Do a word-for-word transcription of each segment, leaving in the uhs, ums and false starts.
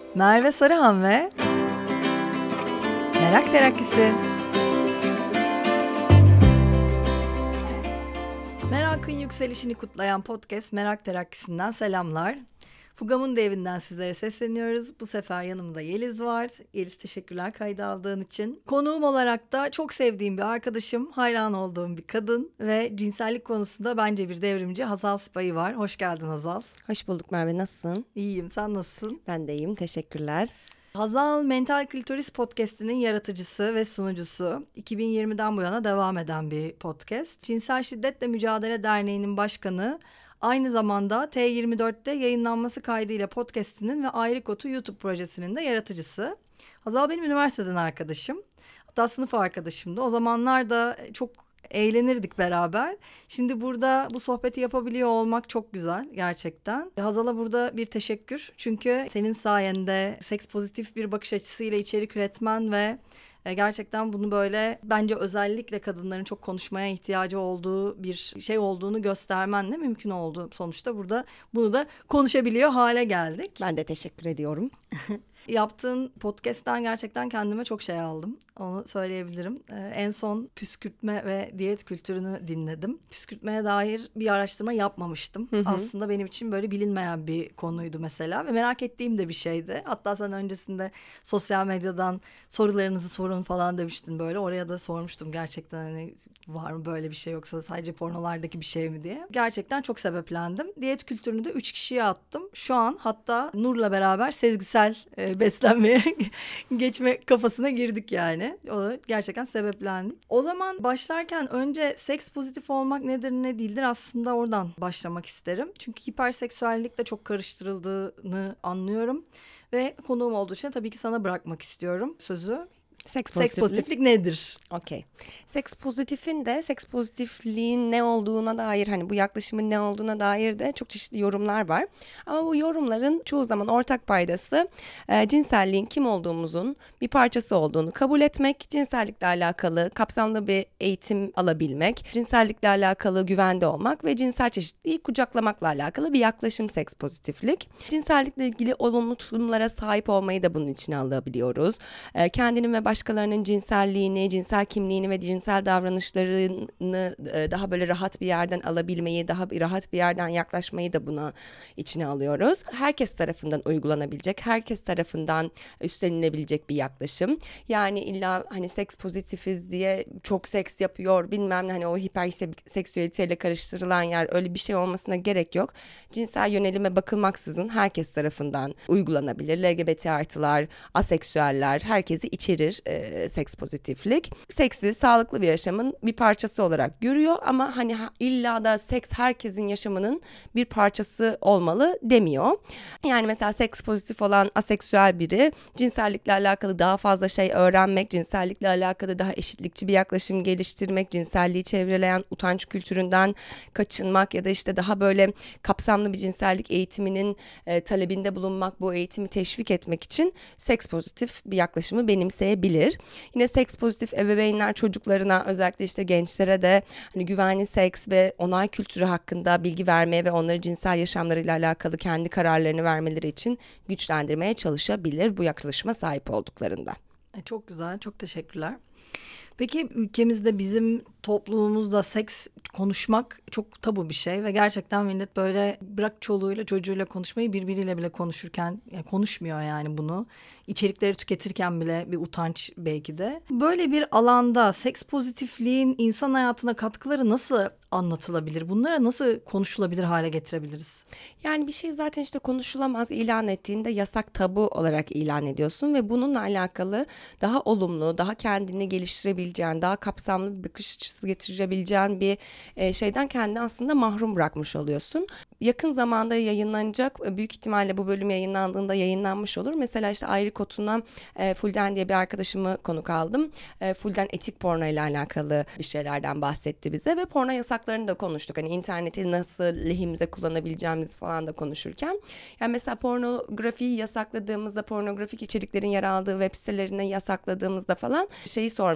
Merve Sarıhan ve Merak Terakkisi. Merakın yükselişini kutlayan podcast Merak Terakkisi'nden selamlar. Fugamundi evinden sizlere sesleniyoruz. Bu sefer yanımda Yeliz var. Yeliz, teşekkürler kayda aldığın için. Konuğum olarak da çok sevdiğim bir arkadaşım, hayran olduğum bir kadın ve cinsellik konusunda bence bir devrimci Hazal Sipahi var. Hoş geldin Hazal. Hoş bulduk Merve, nasılsın? İyiyim, sen nasılsın? Ben de iyiyim, teşekkürler. Hazal Mental Klitoris Podcast'inin yaratıcısı ve sunucusu. iki bin yirmiden bu yana devam eden bir podcast. Cinsel Şiddetle Mücadele Derneği'nin başkanı. Aynı zamanda T yirmi dörtte yayınlanması kaydıyla podcast'inin ve Ayrı Kotu YouTube projesinin de yaratıcısı. Hazal benim üniversiteden arkadaşım. Hatta sınıf arkadaşımdı. O zamanlar da çok eğlenirdik beraber. Şimdi burada bu sohbeti yapabiliyor olmak çok güzel gerçekten. Hazal'a burada bir teşekkür. Çünkü senin sayende seks pozitif bir bakış açısıyla içerik üretmen ve gerçekten bunu böyle bence özellikle kadınların çok konuşmaya ihtiyacı olduğu bir şey olduğunu göstermenle mümkün oldu. Sonuçta burada bunu da konuşabiliyor hale geldik. Ben de teşekkür ediyorum. Yaptığın podcast'ten gerçekten kendime çok şey aldım. Onu söyleyebilirim. Ee, en son püskürtme ve diyet kültürünü dinledim. Püskürtmeye dair bir araştırma yapmamıştım. Hı hı. Aslında benim için böyle bilinmeyen bir konuydu mesela. Ve merak ettiğim de bir şeydi. Hatta sen öncesinde sosyal medyadan sorularınızı sorun falan demiştin böyle. Oraya da sormuştum gerçekten hani var mı böyle bir şey yoksa sadece pornolardaki bir şey mi diye. Gerçekten çok sebeplendim. Diyet kültürünü de üç kişiye attım. Şu an hatta Nur'la beraber sezgisel e, beslenmeye geçme kafasına girdik yani. O gerçekten sebeplendik. O zaman başlarken önce seks pozitif olmak nedir ne değildir aslında oradan başlamak isterim. Çünkü hiperseksüellik de çok karıştırıldığını anlıyorum. Ve konuğum olduğu için tabii ki sana bırakmak istiyorum sözü. Seks pozitiflik. Seks pozitiflik nedir? Okey. Seks pozitifin de seks pozitifliğin ne olduğuna dair hani bu yaklaşımın ne olduğuna dair de çok çeşitli yorumlar var. Ama bu yorumların çoğu zaman ortak paydası e, cinselliğin kim olduğumuzun bir parçası olduğunu kabul etmek, cinsellikle alakalı kapsamlı bir eğitim alabilmek, cinsellikle alakalı güvende olmak ve cinsel çeşitliliği kucaklamakla alakalı bir yaklaşım seks pozitiflik. Cinsellikle ilgili olumlu tutumlara sahip olmayı da bunun içine alabiliyoruz. E, kendinin ve başkalarının cinselliğini, cinsel kimliğini ve cinsel davranışlarını daha böyle rahat bir yerden alabilmeyi, daha bir rahat bir yerden yaklaşmayı da buna içine alıyoruz. Herkes tarafından uygulanabilecek, herkes tarafından üstlenilebilecek bir yaklaşım. Yani illa hani seks pozitifiz diye çok seks yapıyor, bilmem ne hani o hiperseksüeliteyle karıştırılan yer öyle bir şey olmasına gerek yok. Cinsel yönelime bakılmaksızın herkes tarafından uygulanabilir. L G B T artılar, aseksüeller herkesi içerir. E, seks pozitiflik. Seksi sağlıklı bir yaşamın bir parçası olarak görüyor ama hani illa da seks herkesin yaşamının bir parçası olmalı demiyor. Yani mesela seks pozitif olan aseksüel biri cinsellikle alakalı daha fazla şey öğrenmek, cinsellikle alakalı daha eşitlikçi bir yaklaşım geliştirmek, cinselliği çevreleyen utanç kültüründen kaçınmak ya da işte daha böyle kapsamlı bir cinsellik eğitiminin e, talebinde bulunmak, bu eğitimi teşvik etmek için seks pozitif bir yaklaşımı benimseyebilir. Yine seks pozitif ebeveynler çocuklarına özellikle işte gençlere de hani güvenli seks ve onay kültürü hakkında bilgi vermeye ve onları cinsel yaşamlarıyla alakalı kendi kararlarını vermeleri için güçlendirmeye çalışabilir bu yaklaşıma sahip olduklarında. Çok güzel, çok teşekkürler. Peki ülkemizde bizim toplumumuzda seks konuşmak çok tabu bir şey ve gerçekten millet böyle bırak çoluğuyla çocuğuyla konuşmayı birbiriyle bile konuşurken yani konuşmuyor yani bunu. İçerikleri tüketirken bile bir utanç belki de. Böyle bir alanda seks pozitifliğin insan hayatına katkıları nasıl anlatılabilir? Bunlara nasıl konuşulabilir hale getirebiliriz? Yani bir şey zaten işte konuşulamaz ilan ettiğinde yasak tabu olarak ilan ediyorsun ve bununla alakalı daha olumlu, daha kendini geliştirebileceğin, daha kapsamlı bir bakış açısı getirebileceğin bir e, şeyden kendini aslında mahrum bırakmış oluyorsun. Yakın zamanda yayınlanacak, büyük ihtimalle bu bölüm yayınlandığında yayınlanmış olur. Mesela işte Ayrı Kotu'na e, Fulden diye bir arkadaşımı konuk aldım. E, Fulden etik porno ile alakalı bir şeylerden bahsetti bize ve porno yasaklarını da konuştuk. Hani interneti nasıl lehimize kullanabileceğimizi falan da konuşurken. Yani mesela pornografiyi yasakladığımızda, pornografik içeriklerin yer aldığı web sitelerine yasakladığımızda falan şeyi sormuştum.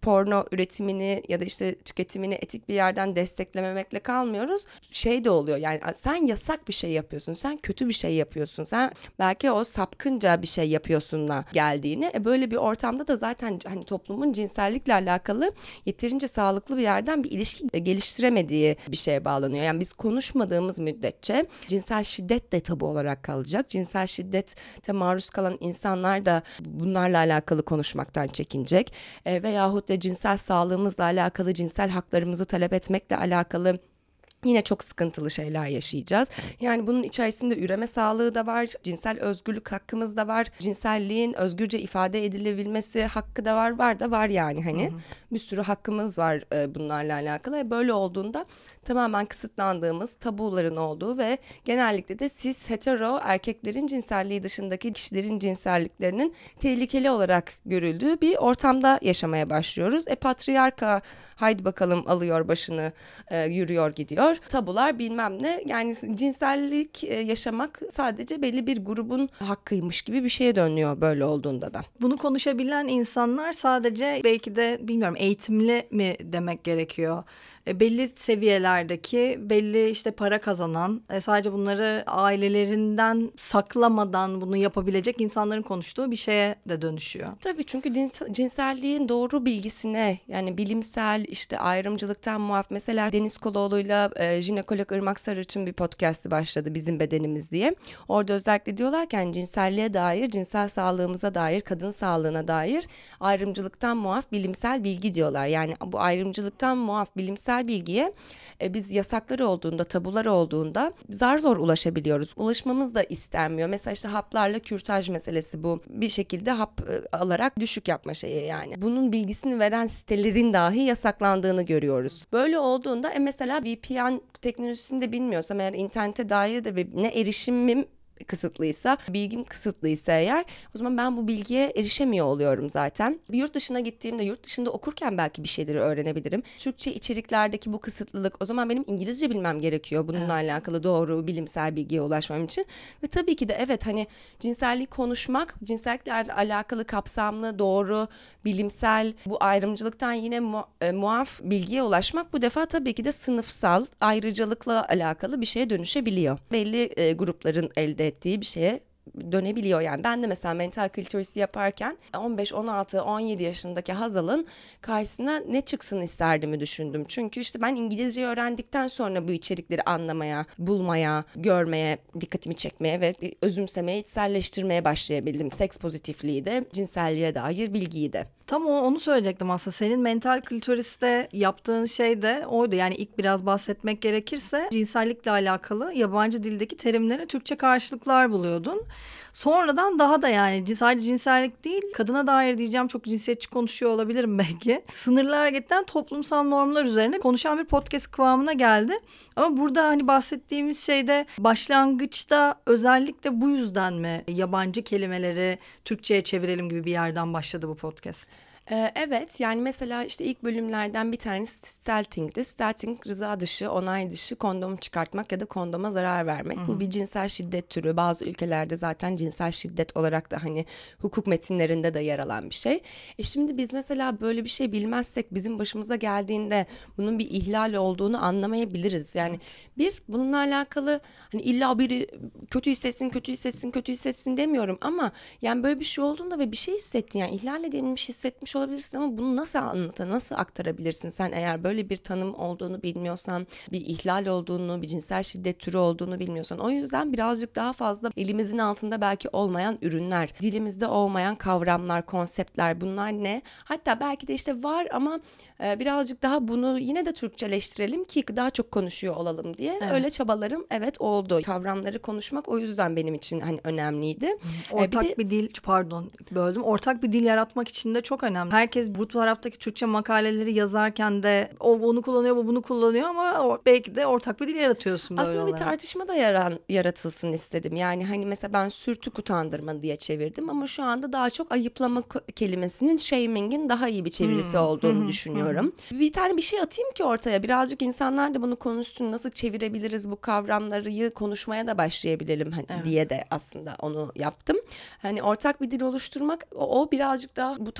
porno üretimini ya da işte tüketimini etik bir yerden desteklememekle kalmıyoruz. Şey de oluyor yani, sen yasak bir şey yapıyorsun, sen kötü bir şey yapıyorsun, sen belki o sapkınca bir şey yapıyorsunla geldiğini, e böyle bir ortamda da zaten hani toplumun cinsellikle alakalı yeterince sağlıklı bir yerden bir ilişki geliştiremediği bir şeye bağlanıyor. Yani biz konuşmadığımız müddetçe cinsel şiddet de tabu olarak kalacak. Cinsel şiddete maruz kalan insanlar da bunlarla alakalı konuşmaktan çekinecek. E, veyahut da cinsel sağlığımızla alakalı, cinsel haklarımızı talep etmekle alakalı yine çok sıkıntılı şeyler yaşayacağız. Yani bunun içerisinde üreme sağlığı da var, cinsel özgürlük hakkımız da var, cinselliğin özgürce ifade edilebilmesi hakkı da var, var da var yani hani. Hı hı. Bir sürü hakkımız var e, bunlarla alakalı. Böyle olduğunda tamamen kısıtlandığımız, tabuların olduğu ve genellikle de cis hetero erkeklerin cinselliği dışındaki kişilerin cinselliklerinin tehlikeli olarak görüldüğü bir ortamda yaşamaya başlıyoruz. E patriarka haydi bakalım alıyor başını, e, yürüyor gidiyor. Tabular bilmem ne, yani cinsellik e, yaşamak sadece belli bir grubun hakkıymış gibi bir şeye dönüyor böyle olduğunda da. Bunu konuşabilen insanlar sadece belki de bilmiyorum eğitimli mi demek gerekiyor? E, belli seviyelerdeki, belli işte para kazanan, e, sadece bunları ailelerinden saklamadan bunu yapabilecek insanların konuştuğu bir şeye de dönüşüyor. Tabii, çünkü cinselliğin doğru bilgisine, yani bilimsel işte ayrımcılıktan muaf, mesela Deniz Koloğlu'yla e, jinekolog Irmak Sarıç'ın bir podcast'i başladı, Bizim Bedenimiz diye. Orada özellikle diyorlar ki yani cinselliğe dair, cinsel sağlığımıza dair, kadın sağlığına dair ayrımcılıktan muaf bilimsel bilgi diyorlar. Yani bu ayrımcılıktan muaf bilimsel bilgiye e, biz yasakları olduğunda, tabular olduğunda zar zor ulaşabiliyoruz. Ulaşmamız da istenmiyor. Mesela işte haplarla kürtaj meselesi bu. Bir şekilde hap e, alarak düşük yapma şeyi yani. Bunun bilgisini veren sitelerin dahi yasaklandığını görüyoruz. Böyle olduğunda e, mesela V P N teknolojisini de bilmiyorsam eğer, internete dair de bir, ne erişimim kısıtlıysa, bilgim kısıtlıysa eğer, o zaman ben bu bilgiye erişemiyor oluyorum zaten. Bir yurt dışına gittiğimde, yurt dışında okurken belki bir şeyleri öğrenebilirim. Türkçe içeriklerdeki bu kısıtlılık, o zaman benim İngilizce bilmem gerekiyor bununla evet. alakalı doğru bilimsel bilgiye ulaşmam için. Ve tabii ki de evet, hani cinsellik konuşmak, cinsellikle alakalı kapsamlı, doğru, bilimsel, bu ayrımcılıktan yine mu- e, muaf bilgiye ulaşmak bu defa tabii ki de sınıfsal, ayrıcalıkla alakalı bir şeye dönüşebiliyor. Belli e, grupların elde ettiği bir şeye dönebiliyor yani. Ben de mesela mental klitorisi yaparken on beş, on altı, on yedi yaşındaki Hazal'ın karşısına ne çıksın isterdiğimi düşündüm. Çünkü işte ben İngilizceyi öğrendikten sonra bu içerikleri anlamaya, bulmaya, görmeye, dikkatimi çekmeye ve özümsemeye, içselleştirmeye başlayabildim. Seks pozitifliği de, cinselliğe dair bilgiyi de. Tam o, onu söyleyecektim aslında. Senin mental klitoriste yaptığın şey de oydu. Yani ilk biraz bahsetmek gerekirse cinsellikle alakalı yabancı dildeki terimlere Türkçe karşılıklar buluyordun. Sonradan daha da yani sadece cinsellik değil, kadına dair diyeceğim, çok cinsiyetçi konuşuyor olabilirim belki. Sınırlar gerçekten toplumsal normlar üzerine konuşan bir podcast kıvamına geldi. Ama burada hani bahsettiğimiz şeyde başlangıçta özellikle bu yüzden mi yabancı kelimeleri Türkçe'ye çevirelim gibi bir yerden başladı bu podcast? Ee, evet, yani mesela işte ilk bölümlerden bir tanesi stelting'di. Stelting, rıza dışı, onay dışı kondom çıkartmak ya da kondoma zarar vermek. Hı hı. Bu bir cinsel şiddet türü. Bazı ülkelerde zaten cinsel şiddet olarak da hani hukuk metinlerinde de yer alan bir şey. E şimdi biz mesela böyle bir şey bilmezsek, bizim başımıza geldiğinde bunun bir ihlal olduğunu anlamayabiliriz. Yani evet. bir, bununla alakalı hani illa biri kötü hissetsin, kötü hissetsin, kötü hissetsin demiyorum ama yani böyle bir şey olduğunda ve bir şey hissettin, yani ihlal edilmiş hissetmiş olabilirsin ama bunu nasıl anlata, nasıl aktarabilirsin sen eğer böyle bir tanım olduğunu bilmiyorsan, bir ihlal olduğunu, bir cinsel şiddet türü olduğunu bilmiyorsan. O yüzden birazcık daha fazla elimizin altında belki olmayan ürünler, dilimizde olmayan kavramlar, konseptler, bunlar ne? Hatta belki de işte var ama e, birazcık daha bunu yine de Türkçeleştirelim ki daha çok konuşuyor olalım diye. Evet. Öyle çabalarım evet oldu. Kavramları konuşmak o yüzden benim için hani önemliydi. Ortak ee, bir, de, bir dil, pardon böldüm. Ortak bir dil yaratmak için de çok önemli. Herkes bu taraftaki Türkçe makaleleri yazarken de o onu kullanıyor, bu bunu kullanıyor ama o, belki de ortak bir dil yaratıyorsun böyle aslında olarak. Bir tartışma da yaran, yaratılsın istedim. Yani hani mesela ben sürtük utandırma diye çevirdim ama şu anda daha çok ayıplama kelimesinin, shaming'in daha iyi bir çevirisi hmm. olduğunu hmm. düşünüyorum. Hmm. Bir tane bir şey atayım ki ortaya, birazcık insanlar da bunu konuşsun, nasıl çevirebiliriz bu kavramları, konuşmaya da başlayabilelim hani evet. diye de aslında onu yaptım. Hani ortak bir dil oluşturmak, o, o birazcık daha bu tartışmalar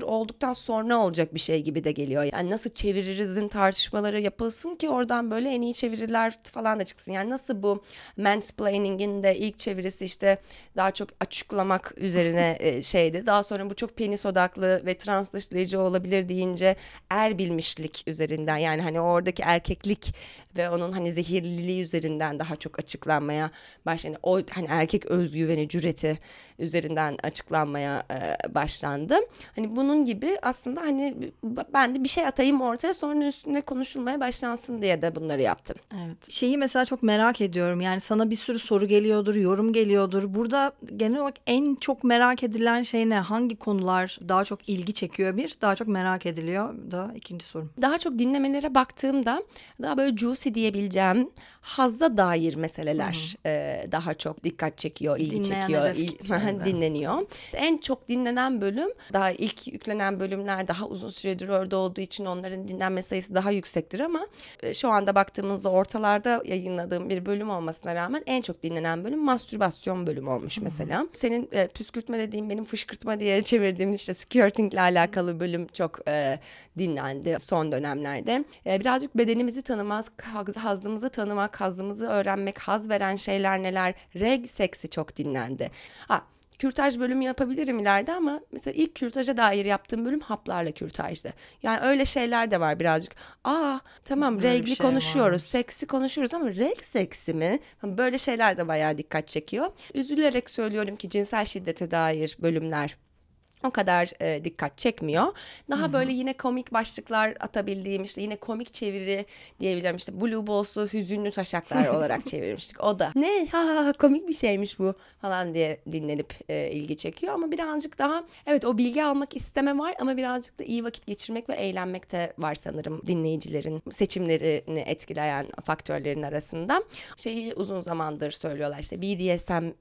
olduktan sonra olacak bir şey gibi de geliyor. Yani nasıl çeviririzin tartışmaları yapılsın ki oradan böyle en iyi çeviriler falan da çıksın. Yani nasıl bu mansplaining'in de ilk çevirisi işte daha çok açıklamak üzerine e, şeydi. Daha sonra bu çok penis odaklı ve trans dışlayıcı olabilir deyince er bilmişlik üzerinden, yani hani oradaki erkeklik ve onun hani zehirliliği üzerinden daha çok açıklanmaya başlandı. O hani erkek özgüveni, cüreti üzerinden açıklanmaya e, başlandı. Hani bunun gibi aslında hani ben de bir şey atayım ortaya, sonra üstüne konuşulmaya başlansın diye de bunları yaptım. Evet. Şeyi mesela çok merak ediyorum. Yani sana bir sürü soru geliyordur, yorum geliyordur. Burada genel olarak en çok merak edilen şey ne? Hangi konular daha çok ilgi çekiyor bir? Daha çok merak ediliyor da ikinci sorum. Daha çok dinlemelere baktığımda daha böyle juicy diyebileceğim hazza dair meseleler e, daha çok dikkat çekiyor, ilgi Dinleyen çekiyor, hedef il, kitlerde. dinleniyor. En çok dinlenen bölüm, daha ilk yüklenen bölümler daha uzun süredir orada olduğu için onların dinlenme sayısı daha yüksektir ama e, şu anda baktığımızda ortalarda yayınladığım bir bölüm olmasına rağmen en çok dinlenen bölüm mastürbasyon bölümü olmuş mesela. Senin e, püskürtme dediğim, benim fışkırtma diye çevirdiğim işte skirting ile alakalı bölüm çok e, dinlendi son dönemlerde. E, birazcık bedenimizi tanımak, hazımızı tanımak, hazımızı öğrenmek, haz veren şeyler neler, reg seksi çok dinlendi. Ha, kürtaj bölümü yapabilirim ileride ama mesela ilk kürtaja dair yaptığım bölüm haplarla kürtajdı. Yani öyle şeyler de var birazcık. Aa tamam, Böyle bir regli şey konuşuyoruz, varmış. seksi konuşuyoruz ama reg seksi mi? Böyle şeyler de bayağı dikkat çekiyor. Üzülerek söylüyorum ki cinsel şiddete dair bölümler o kadar e, dikkat çekmiyor. Daha Hı-hı. böyle yine komik başlıklar atabildiğim, işte yine komik çeviri diyebilirim. İşte Blue Balls'u hüzünlü taşaklar olarak çevirmiştik. O da ne ha, ha komik bir şeymiş bu falan diye dinlenip e, ilgi çekiyor. Ama birazcık daha evet, o bilgi almak isteme var ama birazcık da iyi vakit geçirmek ve eğlenmek de var sanırım dinleyicilerin seçimlerini etkileyen faktörlerin arasında. Şeyi uzun zamandır söylüyorlar, işte B D S M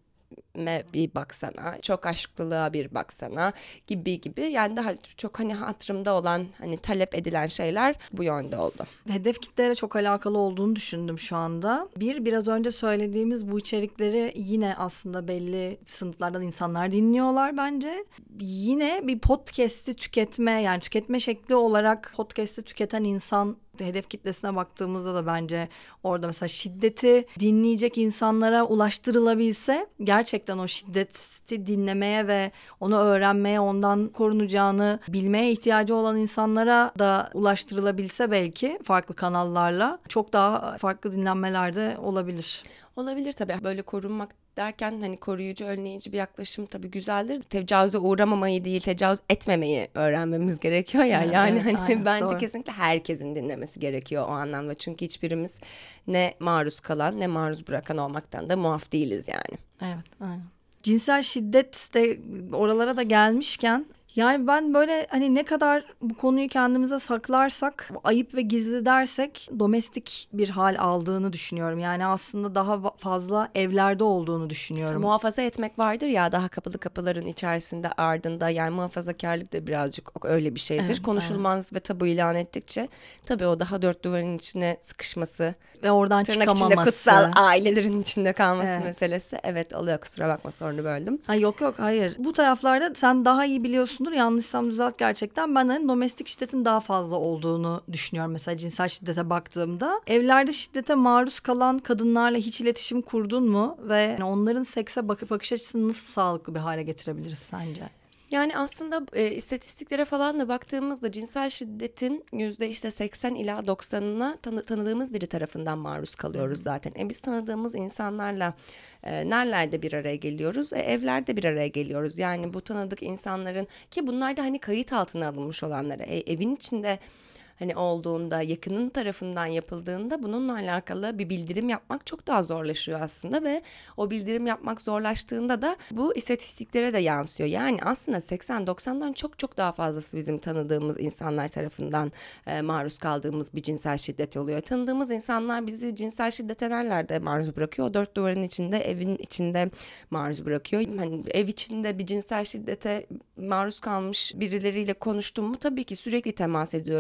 bir baksana, çok aşklılığa bir baksana gibi gibi, yani daha çok hani hatırımda olan, hani talep edilen şeyler bu yönde oldu. Hedef kitlere çok alakalı olduğunu düşündüm şu anda. Bir, biraz önce söylediğimiz bu içerikleri yine aslında belli sınıflardan insanlar dinliyorlar bence. Yine bir podcast'i tüketme, yani tüketme şekli olarak podcast'i tüketen insan hedef kitlesine baktığımızda da bence orada mesela şiddeti dinleyecek insanlara ulaştırılabilse, gerçekten o şiddeti dinlemeye ve onu öğrenmeye, ondan korunacağını bilmeye ihtiyacı olan insanlara da ulaştırılabilse belki farklı kanallarla çok daha farklı dinlenmeler de olabilir. Olabilir tabii. Böyle korunmak derken hani koruyucu, önleyici bir yaklaşım tabii güzeldir. Tecavüze uğramamayı değil, tecavüz etmemeyi öğrenmemiz gerekiyor ya. Evet, yani evet, hani aynen, bence doğru. Kesinlikle herkesin dinlemesi gerekiyor o anlamda. Çünkü hiçbirimiz ne maruz kalan ne maruz bırakan olmaktan da muaf değiliz yani. Evet, aynen. Cinsel şiddet de oralara da gelmişken, yani ben böyle hani ne kadar bu konuyu kendimize saklarsak, ayıp ve gizli dersek domestik bir hal aldığını düşünüyorum. Yani aslında daha fazla evlerde olduğunu düşünüyorum. İşte muhafaza etmek vardır ya, daha kapalı kapıların içerisinde, ardında, yani muhafazakarlık da birazcık öyle bir şeydir. Evet, konuşulmaz evet. Ve tabu ilan ettikçe tabii o daha dört duvarın içine sıkışması ve oradan çıkamaması. Içinde kutsal ailelerin içinde kalması evet. meselesi. Evet oluyor, kusura bakma, sorunu böldüm. Ha, yok yok hayır. Bu taraflarda sen daha iyi biliyorsun. Yanlışsam düzelt gerçekten. Ben hani domestik şiddetin daha fazla olduğunu düşünüyorum. Mesela cinsel şiddete baktığımda. Evlerde şiddete maruz kalan kadınlarla hiç iletişim kurdun mu? Ve onların sekse bakıp bakış açısını nasıl sağlıklı bir hale getirebiliriz sence? Yani aslında e, istatistiklere falan da baktığımızda cinsel şiddetin yüzde işte seksen ila doksanına tanı, tanıdığımız biri tarafından maruz kalıyoruz hmm. zaten. E biz tanıdığımız insanlarla e, nerelerde bir araya geliyoruz? E, evlerde bir araya geliyoruz. Yani bu tanıdık insanların, ki bunlar da hani kayıt altına alınmış olanları, e, evin içinde hani olduğunda, yakının tarafından yapıldığında bununla alakalı bir bildirim yapmak çok daha zorlaşıyor aslında ve o bildirim yapmak zorlaştığında da bu istatistiklere de yansıyor. Yani aslında seksen doksandan çok çok daha fazlası bizim tanıdığımız insanlar tarafından e, maruz kaldığımız bir cinsel şiddet oluyor. Tanıdığımız insanlar bizi cinsel şiddete nerelerde maruz bırakıyor? O dört duvarın içinde, evin içinde maruz bırakıyor. Hani ev içinde bir cinsel şiddete maruz kalmış birileriyle konuştum mu? Tabii ki sürekli temas ediyoruz. Ben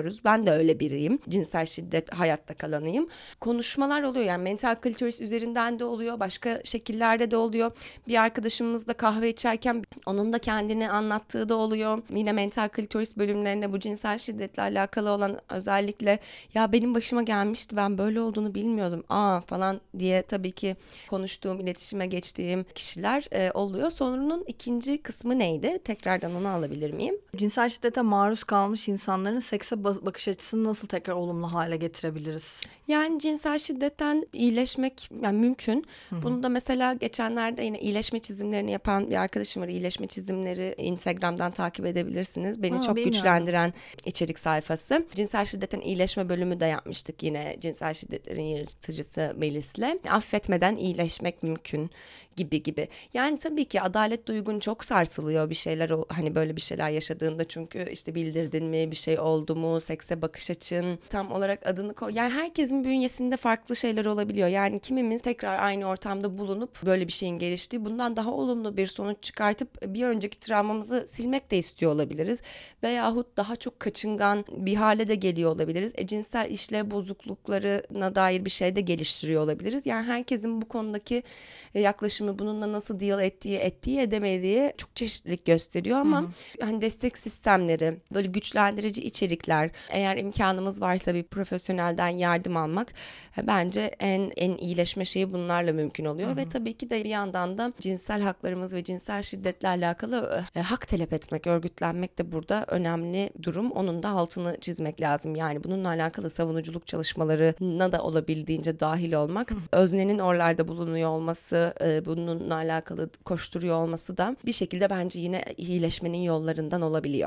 ben de öyle biriyim. Cinsel şiddet hayatta kalanıyım. Konuşmalar oluyor yani mental klitoris üzerinden de oluyor. Başka şekillerde de oluyor. Bir arkadaşımızla kahve içerken onun da kendini anlattığı da oluyor. Yine mental klitoris bölümlerinde bu cinsel şiddetle alakalı olan özellikle ya benim başıma gelmişti ben böyle olduğunu bilmiyordum aa falan diye tabii ki konuştuğum, iletişime geçtiğim kişiler e, oluyor. Sorunun ikinci kısmı neydi? Tekrardan onu alabilir miyim? Cinsel şiddete maruz kalmış insanların sekse bakış açısını nasıl tekrar olumlu hale getirebiliriz? Yani cinsel şiddetten iyileşmek yani mümkün. Hı hı. Bunu da mesela geçenlerde yine iyileşme çizimlerini yapan bir arkadaşım var. İyileşme çizimleri Instagram'dan takip edebilirsiniz. Beni Aa, çok bilmiyorum. güçlendiren içerik sayfası. Cinsel şiddetten iyileşme bölümü de yapmıştık yine cinsel şiddetlerin yaratıcısı Melis'le. Affetmeden iyileşmek mümkün gibi gibi. Yani tabii ki adalet duygun çok sarsılıyor bir şeyler hani böyle bir şeyler yaşadığında çünkü işte bildirdin mi bir şey oldu mu sekse bakış açın tam olarak adını koy. Yani herkesin bünyesinde farklı şeyler olabiliyor. Yani kimimiz tekrar aynı ortamda bulunup böyle bir şeyin geliştiği bundan daha olumlu bir sonuç çıkartıp bir önceki travmamızı silmek de istiyor olabiliriz. Veyahut daha çok kaçıngan bir hale de geliyor olabiliriz. E, cinsel işlev bozukluklarına dair bir şey de geliştiriyor olabiliriz. Yani herkesin bu konudaki yaklaşımı bununla nasıl deal ettiği, ettiği edemediği çok çeşitlilik gösteriyor ama hı hı. hani destek sistemleri, böyle güçlendirici içerikler, eğer imkanımız varsa bir profesyonelden yardım almak bence en en iyileşme şeyi bunlarla mümkün oluyor hı hı. Ve tabii ki de bir yandan da cinsel haklarımız ve cinsel şiddetle alakalı e, hak talep etmek, örgütlenmek de burada önemli durum. Onun da altını çizmek lazım. Yani bununla alakalı savunuculuk çalışmalarına da olabildiğince dahil olmak, hı hı. öznenin oralarda bulunuyor olması, e, bununla alakalı koşturuyor olması da bir şekilde bence yine iyileşmenin yollarından olabiliyor.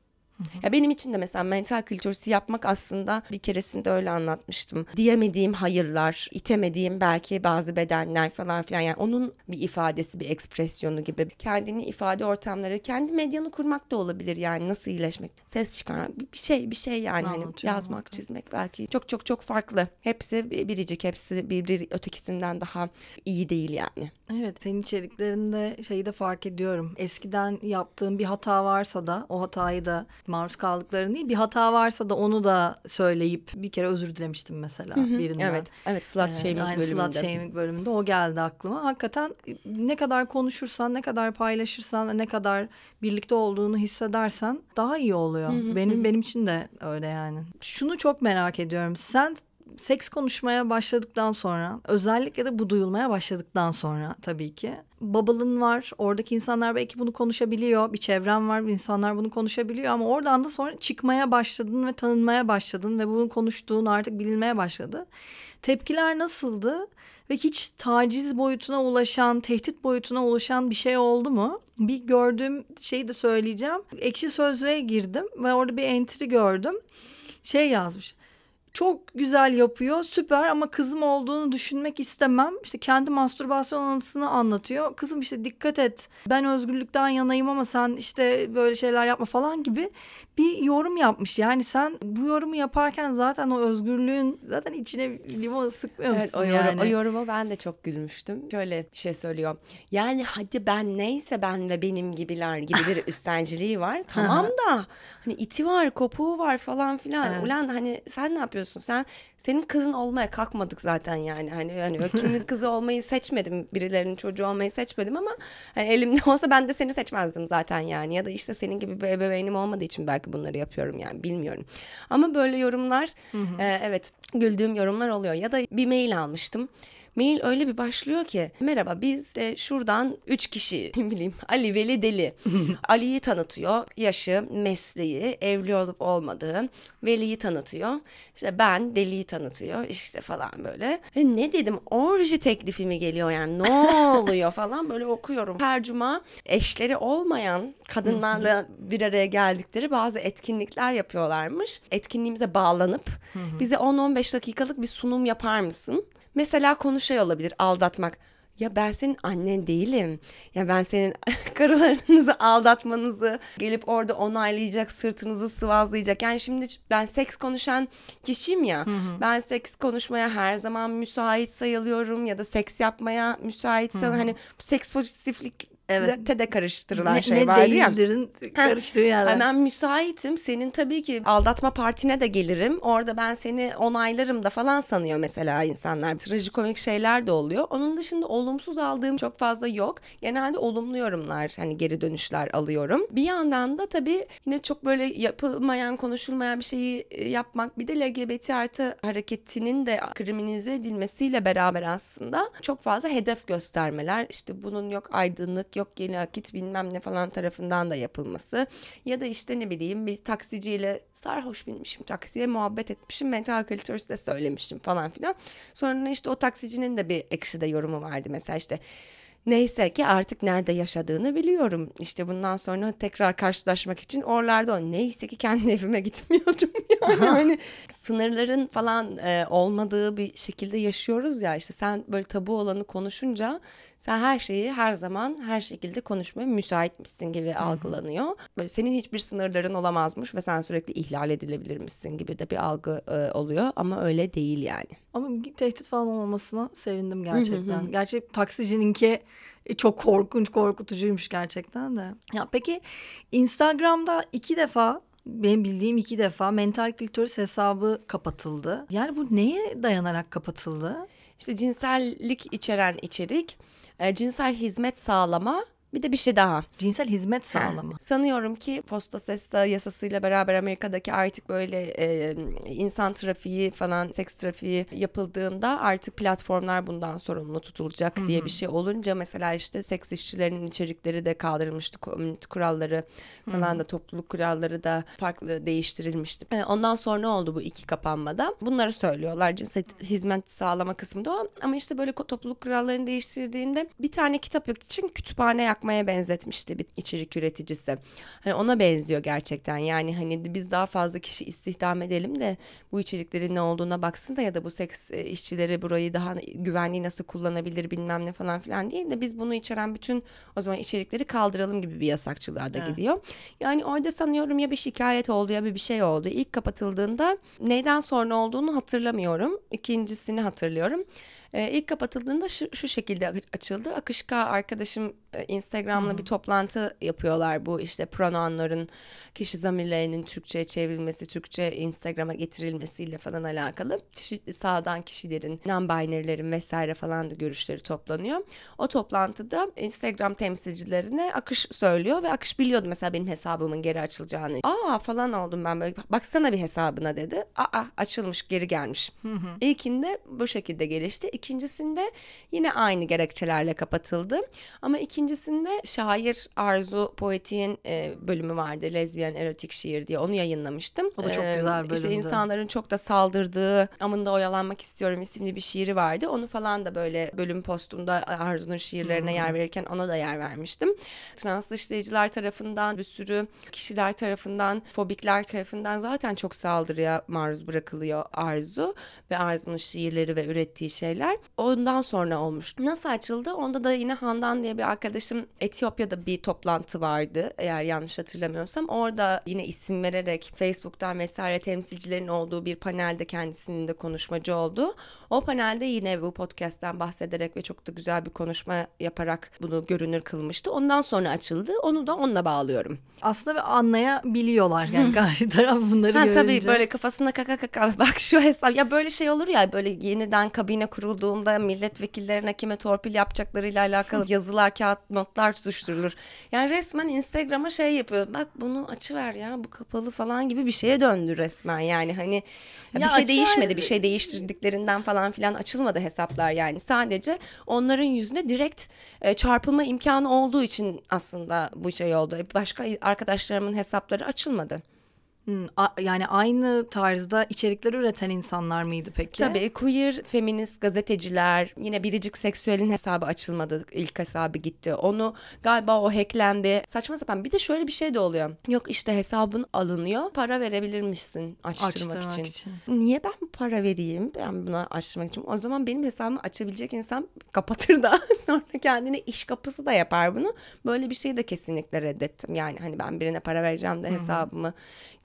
Ya benim için de mesela mental klitorisi yapmak aslında bir keresinde öyle anlatmıştım. Diyemediğim hayırlar, itemediğim belki bazı bedenler falan filan yani onun bir ifadesi, bir ekspresyonu gibi. Kendini ifade ortamları, kendi medyanı kurmak da olabilir yani nasıl iyileşmek, ses çıkarmak bir şey bir şey yani hani yazmak, çizmek belki çok çok çok farklı. Hepsi biricik, hepsi bir ötekisinden daha iyi değil yani. Evet, senin içeriklerinde şeyi de fark ediyorum. Eskiden yaptığım bir hata varsa da o hatayı da maruz kaldıklarını değil, bir hata varsa da onu da söyleyip bir kere özür dilemiştim mesela hı hı, birinden. Evet, evet slut ee, shaming yani bölümünde. Slut shaming bölümünde o geldi aklıma. Hakikaten ne kadar konuşursan, ne kadar paylaşırsan ve ne kadar birlikte olduğunu hissedersen daha iyi oluyor. Hı hı, benim hı. benim için de öyle yani. Şunu çok merak ediyorum. Sen seks konuşmaya başladıktan sonra, özellikle de bu duyulmaya başladıktan sonra tabii ki bubble'ın var. Oradaki insanlar belki bunu konuşabiliyor. Bir çevrem var. İnsanlar bunu konuşabiliyor ama oradan da sonra çıkmaya başladın ve tanınmaya başladın ve bunu konuştuğun artık bilinmeye başladı. Tepkiler nasıldı? Ve hiç taciz boyutuna ulaşan, tehdit boyutuna ulaşan bir şey oldu mu? Bir gördüğüm şeyi de söyleyeceğim. Ekşi Sözlüğe girdim ve orada bir entry gördüm. Şey yazmış. Çok güzel yapıyor, süper ama kızım olduğunu düşünmek istemem. İşte kendi mastürbasyon anısını anlatıyor. Kızım işte dikkat et, ben özgürlükten yanayım ama sen işte böyle şeyler yapma falan gibi bir yorum yapmış. Yani sen bu yorumu yaparken zaten o özgürlüğün zaten içine limon sıkmıyor musun? Evet, o, yorum, yani? o yoruma ben de çok gülmüştüm. Şöyle bir şey söylüyor. Yani hadi ben neyse ben ve benim gibiler gibi bir üstenciliği var. Tamam da hani iti var, kopuğu var falan filan. Evet. Ulan hani sen ne yapıyorsun? Sen senin kızın olmaya kalkmadık zaten yani. Hani hani kimin kızı olmayı seçmedim. Birilerinin çocuğu olmayı seçmedim ama hani elimde olsa ben de seni seçmezdim zaten yani. Ya da işte senin gibi bir ebeveynim olmadığı için belki bunları yapıyorum yani bilmiyorum. Ama böyle yorumlar e, evet güldüğüm yorumlar oluyor. Ya da bir mail almıştım. Mail öyle bir başlıyor ki merhaba biz de şuradan üç kişi ne bileyim Ali Veli Deli. Ali'yi tanıtıyor, yaşı, mesleği, evli olup olmadığı, Veli'yi tanıtıyor. İşte ben Deli'yi tanıtıyor işte falan böyle. E ne dedim orji teklifi mi geliyor yani ne oluyor falan böyle okuyorum. Her cuma eşleri olmayan kadınlarla bir araya geldikleri bazı etkinlikler yapıyorlarmış. Etkinliğimize bağlanıp bize on on beş dakikalık bir sunum yapar mısın? Mesela konu şey olabilir, aldatmak. Ya ben senin annen değilim. Ya ben senin karılarınızı aldatmanızı gelip orada onaylayacak, sırtınızı sıvazlayacak. Yani şimdi ben seks konuşan kişiyim ya. Hı hı. Ben seks konuşmaya her zaman müsait sayılıyorum ya da seks yapmaya müsait sayılıyorum. Hani bu seks pozitiflik Evet. Te de karıştırılan ne, şey ne vardı ya. değildirin karıştığı yerler. Ben müsaitim. Senin tabii ki aldatma partine de gelirim. Orada ben seni onaylarım da falan sanıyor mesela insanlar. Trajikomik şeyler de oluyor. Onun dışında olumsuz aldığım çok fazla yok. Genelde olumlu yorumlar, hani geri dönüşler alıyorum. Bir yandan da tabii yine çok böyle yapılmayan, konuşulmayan bir şeyi yapmak, bir de L G B T artı hareketinin de kriminalize edilmesiyle beraber aslında çok fazla hedef göstermeler. İşte bunun yok aydınlık, yok yeni akit bilmem ne falan tarafından da yapılması. Ya da işte ne bileyim bir taksiciyle sarhoş binmişim taksiye, muhabbet etmişim, mental kültürü de söylemişim falan filan. Sonra işte o taksicinin de bir Ekşi'de yorumu vardı mesela, işte neyse ki artık nerede yaşadığını biliyorum. İşte bundan sonra tekrar karşılaşmak için oralarda ol. Neyse ki kendi evime gitmiyordum. Yani hani sınırların falan e, olmadığı bir şekilde yaşıyoruz ya. İşte sen böyle tabu olanı konuşunca sen her şeyi her zaman her şekilde konuşmaya müsaitmişsin gibi Hı-hı. algılanıyor. Böyle senin hiçbir sınırların olamazmış ve sen sürekli ihlal edilebilirmişsin gibi de bir algı e, oluyor. Ama öyle değil yani. Ama tehdit falan olmamasına sevindim gerçekten. Hı hı. Gerçi taksicininki çok korkunç, korkutucuymuş gerçekten de. Ya peki Instagram'da iki defa, benim bildiğim iki defa mental kültürist hesabı kapatıldı. Yani bu neye dayanarak kapatıldı? İşte cinsellik içeren içerik, e, cinsel hizmet sağlama. Bir de bir şey daha. Cinsel hizmet sağlama. Ha, sanıyorum ki Posta Sesta yasasıyla beraber Amerika'daki artık böyle e, insan trafiği falan, seks trafiği yapıldığında artık platformlar bundan sorumlu tutulacak Hı-hı. diye bir şey olunca mesela işte seks işçilerinin içerikleri de kaldırılmıştı. Komünite kuralları falan Hı-hı. da, topluluk kuralları da farklı değiştirilmişti. E, ondan sonra ne oldu bu iki kapanmada? Bunları söylüyorlar. Cinsel hizmet sağlama kısmında o. Ama işte böyle topluluk kurallarını değiştirdiğinde bir tane kitap yok için kütüphane yak yapmaya benzetmişti bir içerik üreticisi. Hani ona benziyor gerçekten. Yani hani biz daha fazla kişi istihdam edelim de bu içeriklerin ne olduğuna baksın da, ya da bu seks işçileri burayı daha güvenli nasıl kullanabilir bilmem ne falan filan değil de biz bunu içeren bütün o zaman içerikleri kaldıralım gibi bir yasakçılığa da evet. gidiyor. Yani orada sanıyorum ya bir şikayet oldu ya bir bir şey oldu. İlk kapatıldığında neyden sonra olduğunu hatırlamıyorum. İkincisini hatırlıyorum. Ee, ilk kapatıldığında şu, şu şekilde açıldı. Akışka arkadaşım e, Instagram'la hmm. bir toplantı yapıyorlar. Bu işte pronounların, kişi zamirlerinin Türkçe'ye çevrilmesi, Türkçe Instagram'a getirilmesiyle falan alakalı. Çeşitli sağdan kişilerin, non-binary'lerin vesaire falan da görüşleri toplanıyor. O toplantıda Instagram temsilcilerine Akış söylüyor ve Akış biliyordu mesela benim hesabımın geri açılacağını. Aa falan oldum ben böyle, baksana bir hesabına dedi. Aa açılmış, geri gelmiş. Hı hı. İlkinde bu şekilde gelişti. İkincisinde yine aynı gerekçelerle kapatıldı. Ama ikincisinde şair Arzu Poetik'in e, bölümü vardı. Lezbiyen erotik şiir diye, onu yayınlamıştım. O da çok ee, güzel bölümdü. İşte insanların çok da saldırdığı Amında Oyalanmak İstiyorum isimli bir şiiri vardı. Onu falan da böyle bölüm postumda Arzu'nun şiirlerine hmm. yer verirken ona da yer vermiştim. Trans dışlayıcılar tarafından, bir sürü kişiler tarafından, fobikler tarafından zaten çok saldırıya maruz bırakılıyor Arzu ve Arzu'nun şiirleri ve ürettiği şeyler. Ondan sonra olmuş. Nasıl açıldı? Onda da yine Handan diye bir arkadaşım, Etiyopya'da bir toplantı vardı eğer yanlış hatırlamıyorsam. Orada yine isim vererek Facebook'tan vesaire temsilcilerin olduğu bir panelde kendisinin de konuşmacı oldu. O panelde yine bu podcast'ten bahsederek ve çok da güzel bir konuşma yaparak bunu görünür kılmıştı. Ondan sonra açıldı. Onu da onunla bağlıyorum. Aslında anlayabiliyorlar yani karşı taraf bunları ha, görünce. Tabii böyle kafasına kaka kaka bak şu hesap. Ya böyle şey olur ya, böyle yeniden kabine kurulduğunda milletvekillerine kime torpil yapacaklarıyla alakalı yazılar, kağıt, notlar tutuşturulur. Yani resmen Instagram'a şey yapıyor. Bak bunu açıver ya, bu kapalı falan gibi bir şeye döndü resmen. Yani hani ya ya bir şey açıver... değişmedi. Bir şey değiştirdiklerinden falan filan açılmadı hesaplar yani. Sadece onların yüzüne direkt e, çarpılma imkanı olduğu için aslında bu şey oldu. Başka arkadaşlarımın hesapları açılmadı. Hmm, a- yani aynı tarzda içerikler üreten insanlar mıydı peki? Tabii queer, feminist gazeteciler, yine Biricik Seksüel'in hesabı açılmadı, ilk hesabı gitti. Onu galiba o hacklendi. Saçma sapan. Bir de şöyle bir şey de oluyor. Yok işte hesabın alınıyor, para verebilir misin açtırmak, açtırmak için. için. Niye ben para vereyim ben buna açtırmak için? O zaman benim hesabımı açabilecek insan kapatır da sonra kendine iş kapısı da yapar bunu. Böyle bir şeyi de kesinlikle reddettim. Yani hani ben birine para vereceğim de hesabımı geri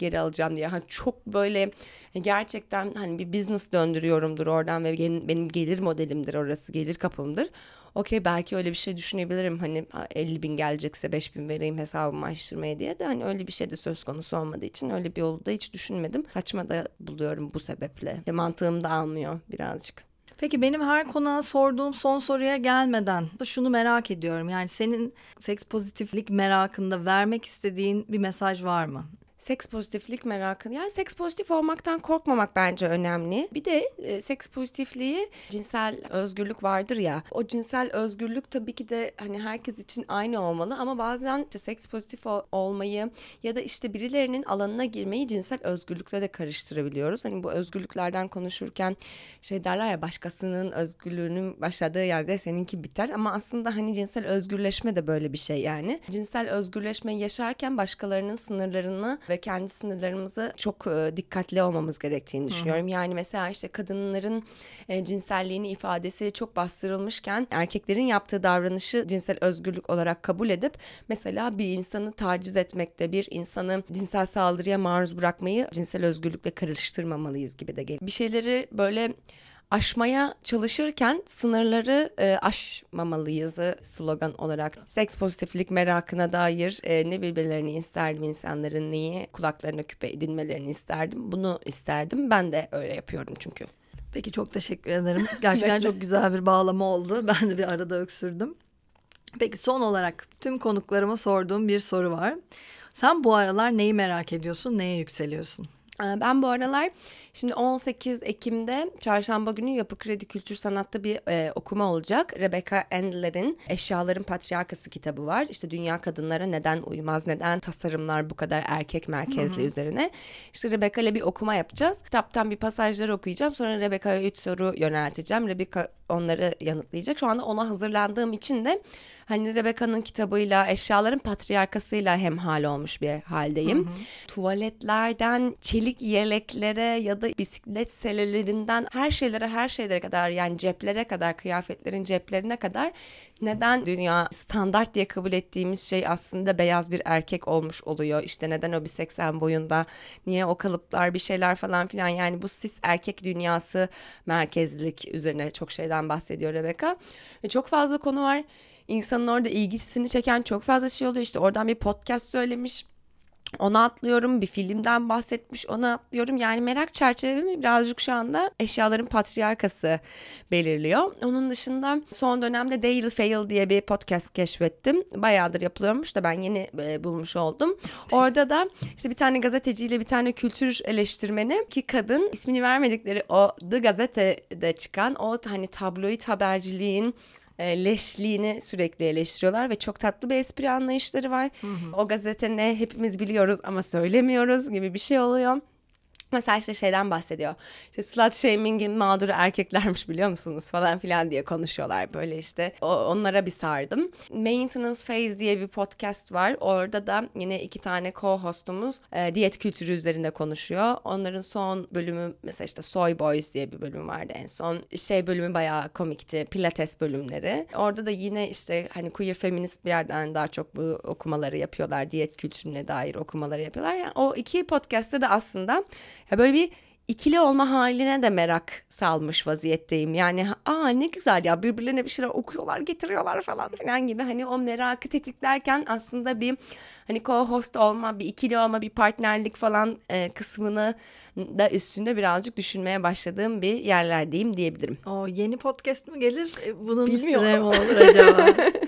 geri alacağım diye. Hani çok böyle gerçekten hani bir business döndürüyorumdur oradan ve benim gelir modelimdir orası, gelir kapımdır. Okey, belki öyle bir şey düşünebilirim, hani elli bin gelecekse beş bin vereyim hesabımı açtırmaya diye de, hani öyle bir şey de söz konusu olmadığı için öyle bir yolu da hiç düşünmedim. Saçma da buluyorum bu sebeple. İşte mantığım da almıyor birazcık. Peki benim her konuğa sorduğum son soruya gelmeden şunu merak ediyorum. Yani senin seks pozitiflik merakında vermek istediğin bir mesaj var mı? Seks pozitiflik merakını, yani seks pozitif olmaktan korkmamak bence önemli. Bir de e, seks pozitifliği, cinsel özgürlük vardır ya. O cinsel özgürlük tabii ki de hani herkes için aynı olmalı ama bazen işte seks pozitif o, olmayı ya da işte birilerinin alanına girmeyi cinsel özgürlükle de karıştırabiliyoruz. Hani bu özgürlüklerden konuşurken şey derler ya, başkasının özgürlüğünün başladığı yerde seninki biter, ama aslında hani cinsel özgürleşme de böyle bir şey yani. Cinsel özgürleşmeyi yaşarken başkalarının sınırlarını ve kendi sınırlarımızı çok e, dikkatli olmamız gerektiğini düşünüyorum. Hı. Yani mesela işte kadınların e, cinselliğini ifadesi çok bastırılmışken erkeklerin yaptığı davranışı cinsel özgürlük olarak kabul edip mesela bir insanı taciz etmekte, bir insanı cinsel saldırıya maruz bırakmayı cinsel özgürlükle karıştırmamalıyız gibi de geliyor. Bir şeyleri böyle aşmaya çalışırken sınırları e, aşmamalıyız slogan olarak. Seks pozitiflik merakına dair e, ne bilmelerini isterdim, insanların neyi kulaklarına küpe edinmelerini isterdim. Bunu isterdim. Ben de öyle yapıyorum çünkü. Peki, çok teşekkür ederim. Gerçekten çok güzel bir bağlama oldu. Ben de bir arada öksürdüm. Peki, son olarak tüm konuklarıma sorduğum bir soru var. Sen bu aralar neyi merak ediyorsun, neye yükseliyorsun? Ben bu aralar şimdi on sekiz Ekim'de çarşamba günü Yapı Kredi Kültür Sanat'ta bir e, okuma olacak. Rebecca Endler'in Eşyaların Patriarkası kitabı var. İşte dünya kadınlara neden uymaz, neden tasarımlar bu kadar erkek merkezli Hı-hı. üzerine. İşte Rebecca ile bir okuma yapacağız. Kitaptan bir pasajları okuyacağım. Sonra Rebecca'ya üç soru yönelteceğim. Rebecca onları yanıtlayacak. Şu anda ona hazırlandığım için de hani Rebecca'nın kitabıyla, Eşyaların Patriarkasıyla hemhal olmuş bir haldeyim. Hı hı. Tuvaletlerden çelik yeleklere ya da bisiklet selelerinden her şeylere her şeylere kadar, yani ceplere kadar, kıyafetlerin ceplerine kadar neden dünya standart diye kabul ettiğimiz şey aslında beyaz bir erkek olmuş oluyor? İşte neden o bir seksen boyunda? Niye o kalıplar, bir şeyler falan filan, yani bu cis erkek dünyası merkezlilik üzerine çok şeyden bahsediyor Rebecca. Ve çok fazla konu var. İnsanın orada ilgisini çeken çok fazla şey oluyor. İşte oradan bir podcast söylemiş, ona atlıyorum. Bir filmden bahsetmiş, ona atlıyorum. Yani merak çerçevemi birazcık şu anda Eşyaların Patriarkası belirliyor. Onun dışında son dönemde Dale Fail diye bir podcast keşfettim. Bayağıdır yapılıyormuş da ben yeni e, bulmuş oldum. Orada da işte bir tane gazeteciyle bir tane kültür eleştirmeni, ki kadın, ismini vermedikleri o The Gazete'de çıkan o hani tabloid haberciliğin leşliğini sürekli eleştiriyorlar ve çok tatlı bir espri anlayışları var. Hı hı. O gazete ne hepimiz biliyoruz ama söylemiyoruz gibi bir şey oluyor. Mesela işte şeyden bahsediyor. İşte slut shaming'in mağduru erkeklermiş, biliyor musunuz falan filan diye konuşuyorlar böyle işte. O, onlara bir sardım. Maintenance Phase diye bir podcast var. Orada da yine iki tane co-hostumuz e, diyet kültürü üzerinde konuşuyor. Onların son bölümü mesela işte Soy Boys diye bir bölüm vardı en son. Şey bölümü bayağı komikti. Pilates bölümleri. Orada da yine işte hani queer feminist bir yerden daha çok bu okumaları yapıyorlar. Diyet kültürüne dair okumaları yapıyorlar. Yani o iki podcast'te de aslında ya böyle bir ikili olma haline de merak salmış vaziyetteyim. Yani aa ne güzel ya, birbirlerine bir şeyler okuyorlar, getiriyorlar falan filan gibi. Hani o merakı tetiklerken aslında bir hani co-host olma, bir ikili olma, bir partnerlik falan e, kısmını da üstünde birazcık düşünmeye başladığım bir yerlerdeyim diyebilirim. O yeni podcast mı gelir? Bunun Bilmiyorum. üstüne mi olur acaba?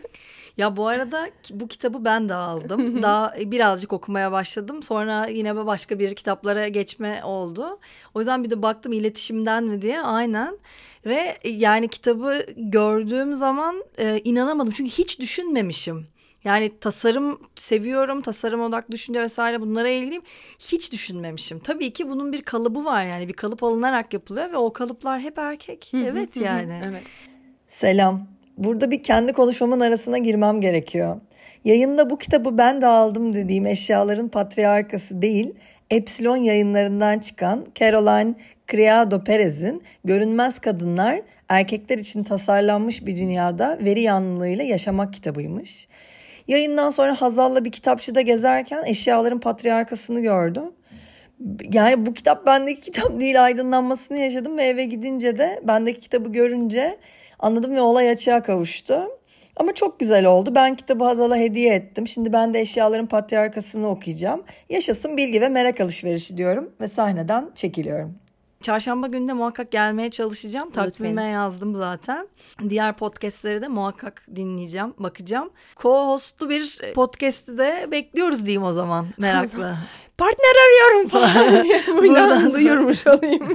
Ya bu arada bu kitabı ben de aldım. Daha birazcık okumaya başladım. Sonra yine başka bir kitaplara geçme oldu. O yüzden bir de baktım iletişimden mi diye. Aynen. Ve yani kitabı gördüğüm zaman e, inanamadım. Çünkü hiç düşünmemişim. Yani tasarım seviyorum, tasarım odaklı düşünce vesaire, bunlara ilgiliyim. Hiç düşünmemişim. Tabii ki bunun bir kalıbı var, yani bir kalıp alınarak yapılıyor ve o kalıplar hep erkek. Evet yani. Evet. Selam. Burada bir kendi konuşmamın arasına girmem gerekiyor. Yayında bu kitabı ben de aldım dediğim Eşyaların Patriarkası değil, Epsilon yayınlarından çıkan Caroline Criado Perez'in Görünmez Kadınlar, Erkekler için Tasarlanmış Bir Dünyada Veri Yanlılığıyla Yaşamak kitabıymış. Yayından sonra Hazal'la bir kitapçıda gezerken Eşyaların Patriarkasını gördüm. Yani bu kitap bendeki kitap değil aydınlanmasını yaşadım ve eve gidince de bendeki kitabı görünce anladım ve olay açığa kavuştu. Ama çok güzel oldu. Ben kitabı Hazal'a hediye ettim. Şimdi ben de Eşyaların Patriarkası'nı okuyacağım. Yaşasın bilgi ve merak alışverişi diyorum ve sahneden çekiliyorum. Çarşamba günü de muhakkak gelmeye çalışacağım. Takvime yazdım zaten. Diğer podcastleri de muhakkak dinleyeceğim, bakacağım. Co-hostlu bir podcast'i de bekliyoruz diyeyim o zaman merakla. Partner arıyorum falan diye buradan duyurmuş olayım.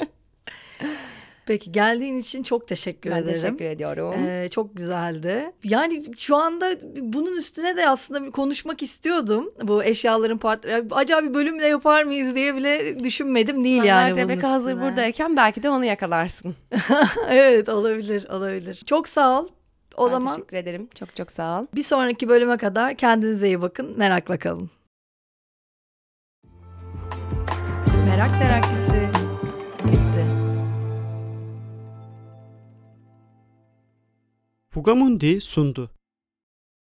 Peki geldiğin için çok teşekkür ben ederim. Ben teşekkür ediyorum. Ee, çok güzeldi. Yani şu anda bunun üstüne de aslında bir konuşmak istiyordum. Bu eşyaların partneri. Acaba bir bölümle yapar mıyız diye bile düşünmedim değil ben yani bunun üstüne. Hazır buradayken belki de onu yakalarsın. Evet olabilir olabilir. Çok sağ ol. O ben zaman teşekkür ederim. Çok çok sağ ol. Bir sonraki bölüme kadar kendinize iyi bakın. Merakla kalın. Merak terakisi bitti. Fugamundi sundu.